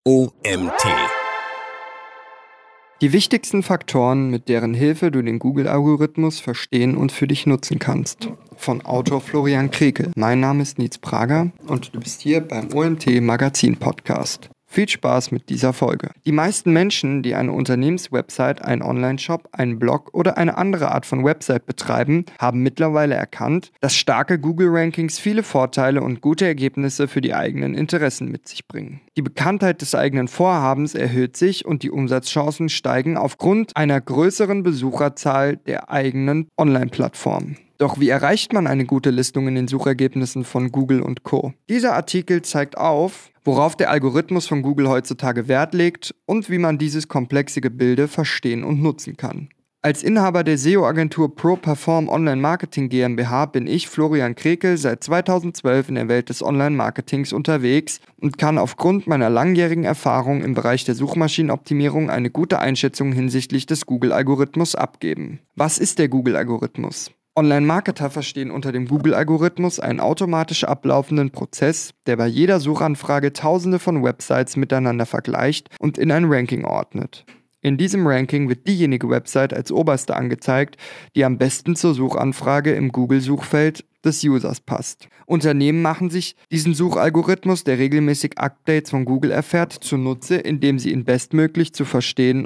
OMT. Die wichtigsten Faktoren, mit deren Hilfe du den Google-Algorithmus verstehen und für dich nutzen kannst. Von Autor Florian Krekel. Mein Name ist Nietz Prager und du bist hier beim OMT Magazin Podcast. Viel Spaß mit dieser Folge. Die meisten Menschen, die eine Unternehmenswebsite, einen Online-Shop, einen Blog oder eine andere Art von Website betreiben, haben mittlerweile erkannt, dass starke Google-Rankings viele Vorteile und gute Ergebnisse für die eigenen Interessen mit sich bringen. Die Bekanntheit des eigenen Vorhabens erhöht sich und die Umsatzchancen steigen aufgrund einer größeren Besucherzahl der eigenen Online-Plattform. Doch wie erreicht man eine gute Listung in den Suchergebnissen von Google und Co.? Dieser Artikel zeigt auf, worauf der Algorithmus von Google heutzutage Wert legt und wie man dieses komplexe Gebilde verstehen und nutzen kann. Als Inhaber der SEO-Agentur ProPerform Online Marketing GmbH bin ich, Florian Krekel, seit 2012 in der Welt des Online-Marketings unterwegs und kann aufgrund meiner langjährigen Erfahrung im Bereich der Suchmaschinenoptimierung eine gute Einschätzung hinsichtlich des Google-Algorithmus abgeben. Was ist der Google-Algorithmus? Online-Marketer verstehen unter dem Google-Algorithmus einen automatisch ablaufenden Prozess, der bei jeder Suchanfrage Tausende von Websites miteinander vergleicht und in ein Ranking ordnet. In diesem Ranking wird diejenige Website als oberste angezeigt, die am besten zur Suchanfrage im Google-Suchfeld des Users passt. Unternehmen machen sich diesen Suchalgorithmus, der regelmäßig Updates von Google erfährt, zunutze, indem sie ihn bestmöglich zu verstehen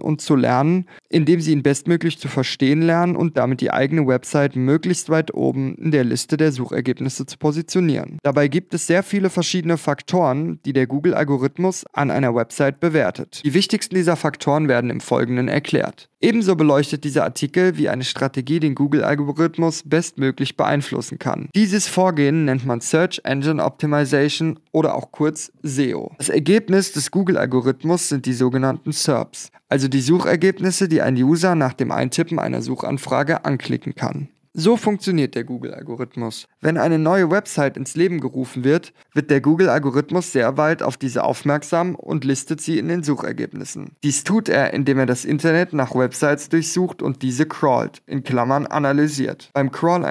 lernen und damit die eigene Website möglichst weit oben in der Liste der Suchergebnisse zu positionieren. Dabei gibt es sehr viele verschiedene Faktoren, die der Google-Algorithmus an einer Website bewertet. Die wichtigsten dieser Faktoren werden im Folgenden erklärt. Ebenso beleuchtet dieser Artikel, wie eine Strategie den Google-Algorithmus bestmöglich beeinflussen kann. Dieses Vorgehen nennt man Search Engine Optimization oder auch kurz SEO. Das Ergebnis des Google-Algorithmus sind die sogenannten SERPs, also die Suchergebnisse, die ein User nach dem Eintippen einer Suchanfrage anklicken kann. So funktioniert der Google-Algorithmus. Wenn eine neue Website ins Leben gerufen wird, wird der Google-Algorithmus sehr bald auf diese aufmerksam und listet sie in den Suchergebnissen. Dies tut er, indem er das Internet nach Websites durchsucht und diese crawlt, in Klammern analysiert. Beim Crawlen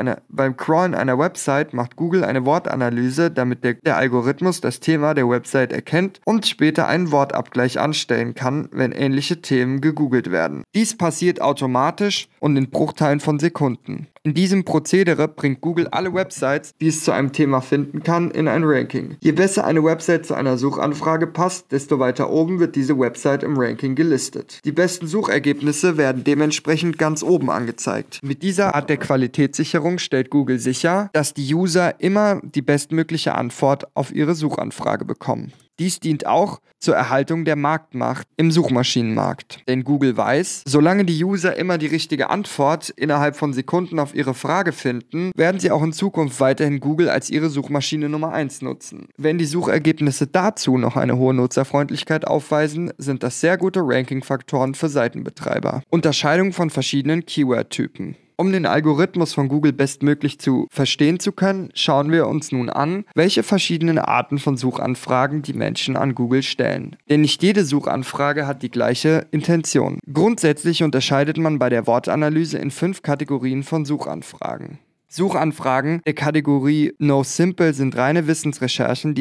einer Website macht Google eine Wortanalyse, damit der Algorithmus das Thema der Website erkennt und später einen Wortabgleich anstellen kann, wenn ähnliche Themen gegoogelt werden. Dies passiert automatisch und in Bruchteilen von Sekunden. In diesem Prozedere bringt Google alle Websites, die es zu einem Thema finden kann, in ein Ranking. Je besser eine Website zu einer Suchanfrage passt, desto weiter oben wird diese Website im Ranking gelistet. Die besten Suchergebnisse werden dementsprechend ganz oben angezeigt. Mit dieser Art der Qualitätssicherung stellt Google sicher, dass die User immer die bestmögliche Antwort auf ihre Suchanfrage bekommen. Dies dient auch zur Erhaltung der Marktmacht im Suchmaschinenmarkt. Denn Google weiß, solange die User immer die richtige Antwort innerhalb von Sekunden auf ihre Frage finden, werden sie auch in Zukunft weiterhin Google als ihre Suchmaschine Nummer 1 nutzen. Wenn die Suchergebnisse dazu noch eine hohe Nutzerfreundlichkeit aufweisen, sind das sehr gute Ranking-Faktoren für Seitenbetreiber. Unterscheidung von verschiedenen Keyword-Typen. Um den Algorithmus von Google bestmöglich verstehen zu können, schauen wir uns nun an, welche verschiedenen Arten von Suchanfragen die Menschen an Google stellen. Denn nicht jede Suchanfrage hat die gleiche Intention. Grundsätzlich unterscheidet man bei der Wortanalyse in 5 Kategorien von Suchanfragen. Suchanfragen der Kategorie No Simple sind reine Wissensrecherchen, die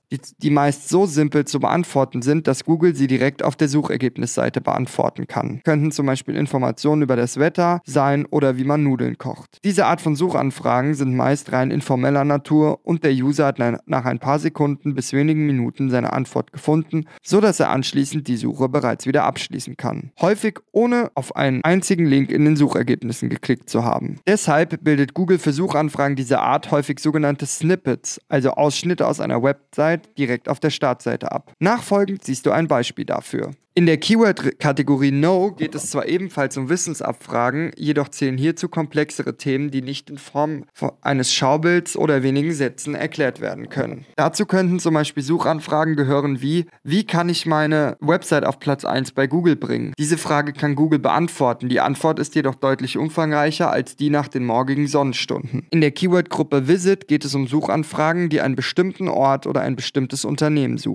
meist so simpel zu beantworten sind, dass Google sie direkt auf der Suchergebnisseite beantworten kann. Könnten zum Beispiel Informationen über das Wetter sein oder wie man Nudeln kocht. Diese Art von Suchanfragen sind meist rein informeller Natur und der User hat nach ein paar Sekunden bis wenigen Minuten seine Antwort gefunden, sodass er anschließend die Suche bereits wieder abschließen kann. Häufig ohne auf einen einzigen Link in den Suchergebnissen geklickt zu haben. Deshalb bildet Google für Suchanfragen dieser Art häufig sogenannte Snippets, also Ausschnitte aus einer Website, direkt auf der Startseite ab. Nachfolgend siehst du ein Beispiel dafür. In der Keyword-Kategorie No geht es zwar ebenfalls um Wissensabfragen, jedoch zählen hierzu komplexere Themen, die nicht in Form eines Schaubilds oder wenigen Sätzen erklärt werden können. Dazu könnten zum Beispiel Suchanfragen gehören wie kann ich meine Website auf Platz 1 bei Google bringen? Diese Frage kann Google beantworten, die Antwort ist jedoch deutlich umfangreicher als die nach den morgigen Sonnenstunden. In der Keyword-Gruppe Visit geht es um Suchanfragen, die einen bestimmten Ort oder ein bestimmtes Unternehmen suchen.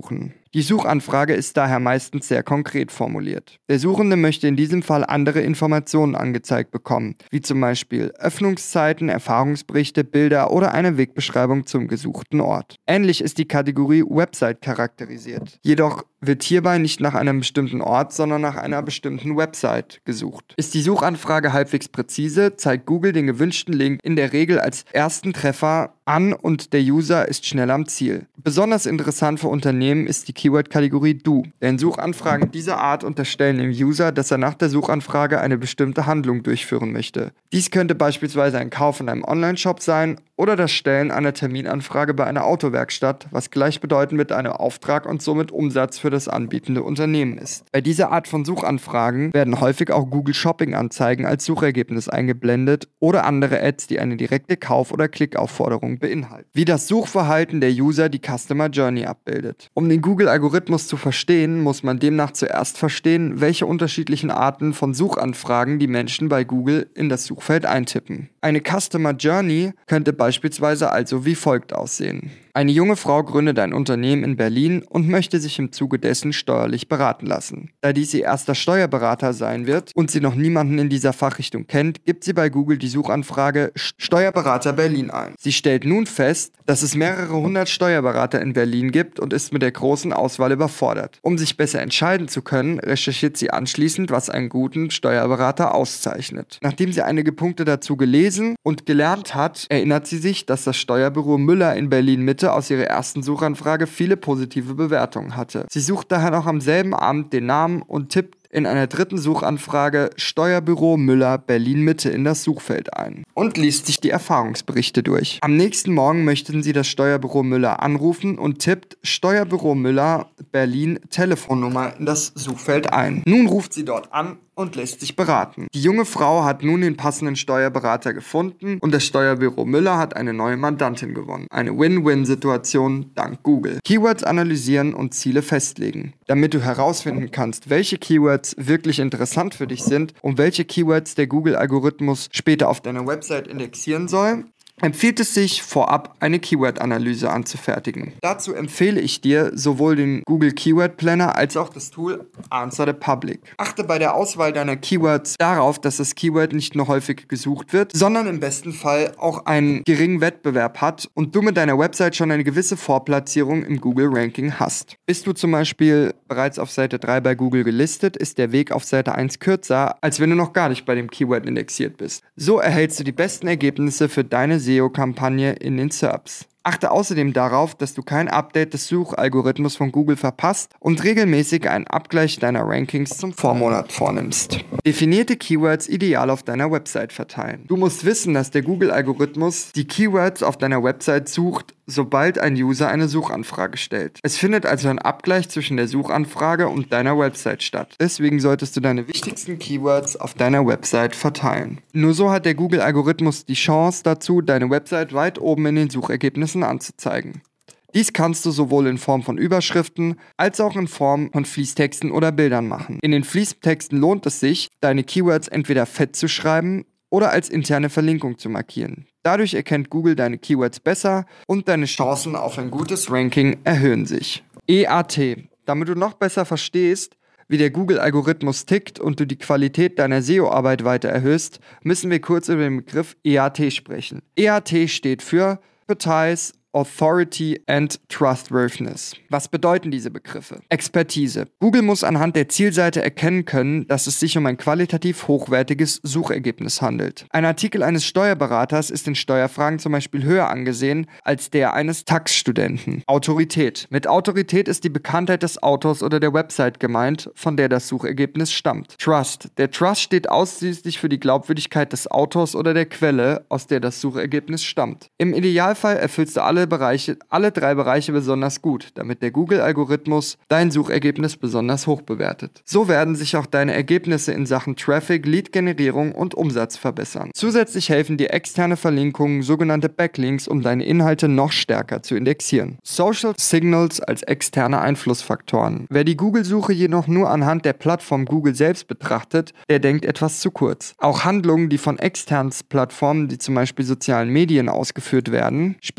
Die Suchanfrage ist daher meistens sehr konkret formuliert. Der Suchende möchte in diesem Fall andere Informationen angezeigt bekommen, wie zum Beispiel Öffnungszeiten, Erfahrungsberichte, Bilder oder eine Wegbeschreibung zum gesuchten Ort. Ähnlich ist die Kategorie Website charakterisiert. Jedoch wird hierbei nicht nach einem bestimmten Ort, sondern nach einer bestimmten Website gesucht. Ist die Suchanfrage halbwegs präzise, zeigt Google den gewünschten Link in der Regel als ersten Treffer an und der User ist schnell am Ziel. Besonders interessant für Unternehmen ist die Keyword-Kategorie Du, denn Suchanfragen dieser Art unterstellen dem User, dass er nach der Suchanfrage eine bestimmte Handlung durchführen möchte. Dies könnte beispielsweise ein Kauf in einem Online-Shop sein oder das Stellen einer Terminanfrage bei einer Autowerkstatt, was gleichbedeutend mit einem Auftrag und somit Umsatz für das anbietende Unternehmen ist. Bei dieser Art von Suchanfragen werden häufig auch Google Shopping-Anzeigen als Suchergebnis eingeblendet oder andere Ads, die eine direkte Kauf- oder Klickaufforderung beinhalten. Wie das Suchverhalten der User die Customer Journey abbildet. Um den Google-Algorithmus zu verstehen, muss man demnach zuerst verstehen, welche unterschiedlichen Arten von Suchanfragen die Menschen bei Google in das Suchfeld eintippen. Eine Customer Journey könnte beispielsweise also wie folgt aussehen. Eine junge Frau gründet ein Unternehmen in Berlin und möchte sich im Zuge dessen steuerlich beraten lassen. Da dies ihr erster Steuerberater sein wird und sie noch niemanden in dieser Fachrichtung kennt, gibt sie bei Google die Suchanfrage Steuerberater Berlin ein. Sie stellt nun fest, dass es mehrere hundert Steuerberater in Berlin gibt und ist mit der großen Auswahl überfordert. Um sich besser entscheiden zu können, recherchiert sie anschließend, was einen guten Steuerberater auszeichnet. Nachdem sie einige Punkte dazu gelesen und gelernt hat, erinnert sie sich, dass das Steuerbüro Müller in Berlin-Mitte aus ihrer ersten Suchanfrage viele positive Bewertungen hatte. Sie sucht daher noch am selben Abend den Namen und tippt in einer dritten Suchanfrage Steuerbüro Müller Berlin-Mitte in das Suchfeld ein und liest sich die Erfahrungsberichte durch. Am nächsten Morgen möchten sie das Steuerbüro Müller anrufen und tippt Steuerbüro Müller Berlin Telefonnummer in das Suchfeld ein. Nun ruft sie dort an und lässt sich beraten. Die junge Frau hat nun den passenden Steuerberater gefunden und das Steuerbüro Müller hat eine neue Mandantin gewonnen. Eine Win-Win-Situation dank Google. Keywords analysieren und Ziele festlegen. Damit du herausfinden kannst, welche Keywords wirklich interessant für dich sind und welche Keywords der Google-Algorithmus später auf deiner Website indexieren soll, empfiehlt es sich, vorab eine Keyword-Analyse anzufertigen. Dazu empfehle ich dir sowohl den Google Keyword Planner als auch das Tool Answer the Public. Achte bei der Auswahl deiner Keywords darauf, dass das Keyword nicht nur häufig gesucht wird, sondern im besten Fall auch einen geringen Wettbewerb hat und du mit deiner Website schon eine gewisse Vorplatzierung im Google-Ranking hast. Bist du zum Beispiel bereits auf Seite 3 bei Google gelistet, ist der Weg auf Seite 1 kürzer, als wenn du noch gar nicht bei dem Keyword indexiert bist. So erhältst du die besten Ergebnisse für deine SEO-Kampagne in den SERPs. Achte außerdem darauf, dass du kein Update des Suchalgorithmus von Google verpasst und regelmäßig einen Abgleich deiner Rankings zum Vormonat vornimmst. Definierte Keywords ideal auf deiner Website verteilen. Du musst wissen, dass der Google-Algorithmus die Keywords auf deiner Website sucht, sobald ein User eine Suchanfrage stellt. Es findet also ein Abgleich zwischen der Suchanfrage und deiner Website statt. Deswegen solltest du deine wichtigsten Keywords auf deiner Website verteilen. Nur so hat der Google-Algorithmus die Chance dazu, deine Website weit oben in den Suchergebnissen anzuzeigen. Dies kannst du sowohl in Form von Überschriften als auch in Form von Fließtexten oder Bildern machen. In den Fließtexten lohnt es sich, deine Keywords entweder fett zu schreiben oder als interne Verlinkung zu markieren. Dadurch erkennt Google deine Keywords besser und deine Chancen auf ein gutes Ranking erhöhen sich. EAT. Damit du noch besser verstehst, wie der Google-Algorithmus tickt und du die Qualität deiner SEO-Arbeit weiter erhöhst, müssen wir kurz über den Begriff EAT sprechen. EAT steht für Expertise, Authority and Trustworthiness. Was bedeuten diese Begriffe? Expertise. Google muss anhand der Zielseite erkennen können, dass es sich um ein qualitativ hochwertiges Suchergebnis handelt. Ein Artikel eines Steuerberaters ist in Steuerfragen zum Beispiel höher angesehen als der eines Tax-Studenten. Autorität. Mit Autorität ist die Bekanntheit des Autors oder der Website gemeint, von der das Suchergebnis stammt. Trust. Der Trust steht ausschließlich für die Glaubwürdigkeit des Autors oder der Quelle, aus der das Suchergebnis stammt. Im Idealfall erfüllst du alle drei Bereiche besonders gut, damit der Google-Algorithmus dein Suchergebnis besonders hoch bewertet. So werden sich auch deine Ergebnisse in Sachen Traffic, Lead-Generierung und Umsatz verbessern. Zusätzlich helfen dir externe Verlinkungen, sogenannte Backlinks, um deine Inhalte noch stärker zu indexieren. Social Signals als externe Einflussfaktoren. Wer die Google-Suche jedoch nur anhand der Plattform Google selbst betrachtet, der denkt etwas zu kurz. Auch Handlungen, die von externen Plattformen, wie zum Beispiel sozialen Medien, ausgeführt werden, spielen in der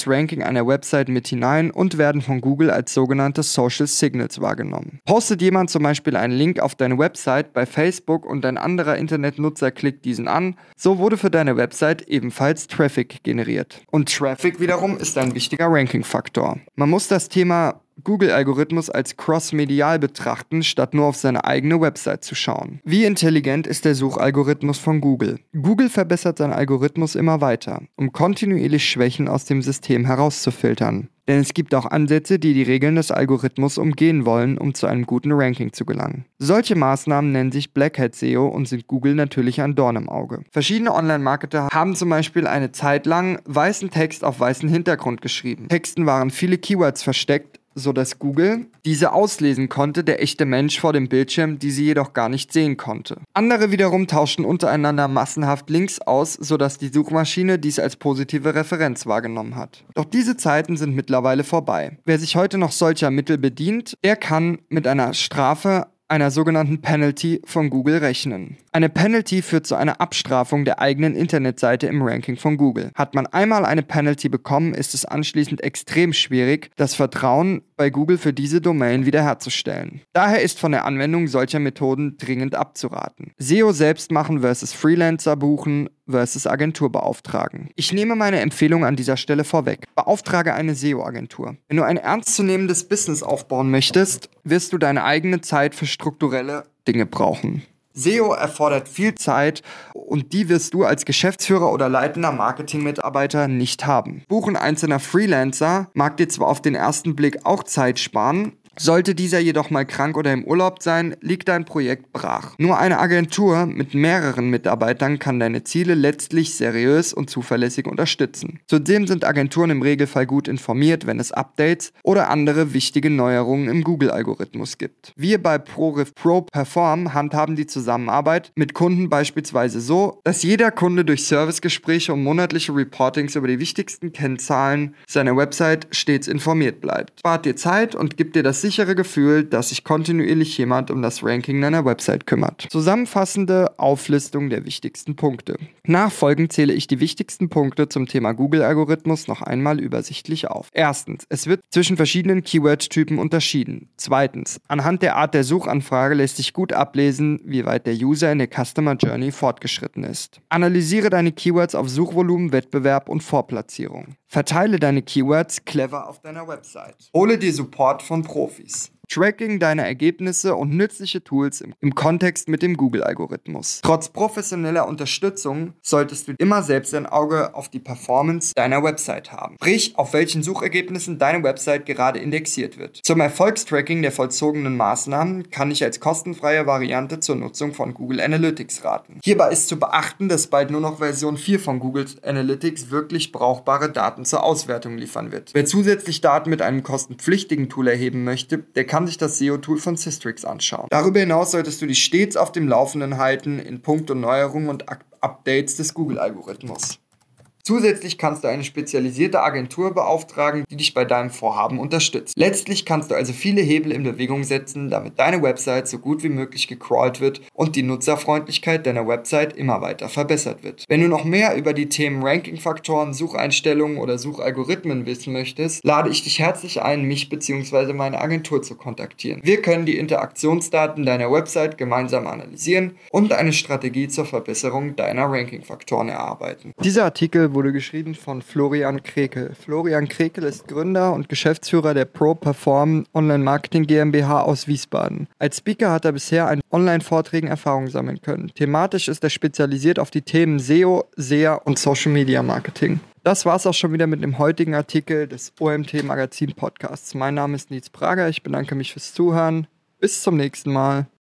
das Ranking einer Website mit hinein und werden von Google als sogenannte Social Signals wahrgenommen. Postet jemand zum Beispiel einen Link auf deine Website bei Facebook und ein anderer Internetnutzer klickt diesen an, so wurde für deine Website ebenfalls Traffic generiert. Und Traffic wiederum ist ein wichtiger Ranking-Faktor. Man muss das Thema Google-Algorithmus als cross-medial betrachten, statt nur auf seine eigene Website zu schauen. Wie intelligent ist der Suchalgorithmus von Google? Google verbessert seinen Algorithmus immer weiter, um kontinuierlich Schwächen aus dem System herauszufiltern. Denn es gibt auch Ansätze, die die Regeln des Algorithmus umgehen wollen, um zu einem guten Ranking zu gelangen. Solche Maßnahmen nennen sich Black Hat SEO und sind Google natürlich ein Dorn im Auge. Verschiedene Online-Marketer haben zum Beispiel eine Zeit lang weißen Text auf weißen Hintergrund geschrieben. In Texten waren viele Keywords versteckt, sodass Google diese auslesen konnte, der echte Mensch vor dem Bildschirm, die sie jedoch gar nicht sehen konnte. Andere wiederum tauschten untereinander massenhaft Links aus, sodass die Suchmaschine dies als positive Referenz wahrgenommen hat. Doch diese Zeiten sind mittlerweile vorbei. Wer sich heute noch solcher Mittel bedient, der kann mit einer Strafe, einer sogenannten Penalty von Google rechnen. Eine Penalty führt zu einer Abstrafung der eigenen Internetseite im Ranking von Google. Hat man einmal eine Penalty bekommen, ist es anschließend extrem schwierig, das Vertrauen bei Google für diese Domain wiederherzustellen. Daher ist von der Anwendung solcher Methoden dringend abzuraten. SEO selbst machen versus Freelancer buchen versus Agentur beauftragen. Ich nehme meine Empfehlung an dieser Stelle vorweg. Beauftrage eine SEO-Agentur. Wenn du ein ernstzunehmendes Business aufbauen möchtest, wirst du deine eigene Zeit für strukturelle Dinge brauchen. SEO erfordert viel Zeit und die wirst du als Geschäftsführer oder leitender Marketingmitarbeiter nicht haben. Buchen einzelner Freelancer mag dir zwar auf den ersten Blick auch Zeit sparen, sollte dieser jedoch mal krank oder im Urlaub sein, liegt dein Projekt brach. Nur eine Agentur mit mehreren Mitarbeitern kann deine Ziele letztlich seriös und zuverlässig unterstützen. Zudem sind Agenturen im Regelfall gut informiert, wenn es Updates oder andere wichtige Neuerungen im Google-Algorithmus gibt. Wir bei ProRiff Pro Perform handhaben die Zusammenarbeit mit Kunden beispielsweise so, dass jeder Kunde durch Servicegespräche und monatliche Reportings über die wichtigsten Kennzahlen seiner Website stets informiert bleibt. Spart dir Zeit und gibt dir das sichere Gefühl, dass sich kontinuierlich jemand um das Ranking deiner Website kümmert. Zusammenfassende Auflistung der wichtigsten Punkte. Nachfolgend zähle ich die wichtigsten Punkte zum Thema Google-Algorithmus noch einmal übersichtlich auf. Erstens, es wird zwischen verschiedenen Keyword-Typen unterschieden. Zweitens, anhand der Art der Suchanfrage lässt sich gut ablesen, wie weit der User in der Customer Journey fortgeschritten ist. Analysiere deine Keywords auf Suchvolumen, Wettbewerb und Vorplatzierung. Verteile deine Keywords clever auf deiner Website. Hole dir Support von Profis. Tracking deiner Ergebnisse und nützliche Tools im Kontext mit dem Google-Algorithmus. Trotz professioneller Unterstützung solltest du immer selbst ein Auge auf die Performance deiner Website haben. Sprich, auf welchen Suchergebnissen deine Website gerade indexiert wird. Zum Erfolgstracking der vollzogenen Maßnahmen kann ich als kostenfreie Variante zur Nutzung von Google Analytics raten. Hierbei ist zu beachten, dass bald nur noch Version 4 von Google Analytics wirklich brauchbare Daten zur Auswertung liefern wird. Wer zusätzlich Daten mit einem kostenpflichtigen Tool erheben möchte, der kann sich das SEO-Tool von Systrix anschauen. Darüber hinaus solltest du dich stets auf dem Laufenden halten in puncto Neuerungen und Updates des Google-Algorithmus. Zusätzlich kannst du eine spezialisierte Agentur beauftragen, die dich bei deinem Vorhaben unterstützt. Letztlich kannst du also viele Hebel in Bewegung setzen, damit deine Website so gut wie möglich gecrawlt wird und die Nutzerfreundlichkeit deiner Website immer weiter verbessert wird. Wenn du noch mehr über die Themen Ranking-Faktoren, Sucheinstellungen oder Suchalgorithmen wissen möchtest, lade ich dich herzlich ein, mich bzw. meine Agentur zu kontaktieren. Wir können die Interaktionsdaten deiner Website gemeinsam analysieren und eine Strategie zur Verbesserung deiner Ranking-Faktoren erarbeiten. Dieser Artikel wurde geschrieben von Florian Krekel. Florian Krekel ist Gründer und Geschäftsführer der ProPerform Online Marketing GmbH aus Wiesbaden. Als Speaker hat er bisher an Online-Vorträgen Erfahrung sammeln können. Thematisch ist er spezialisiert auf die Themen SEO, SEA und Social Media Marketing. Das war's auch schon wieder mit dem heutigen Artikel des OMT Magazin Podcasts. Mein Name ist Nils Prager, ich bedanke mich fürs Zuhören. Bis zum nächsten Mal.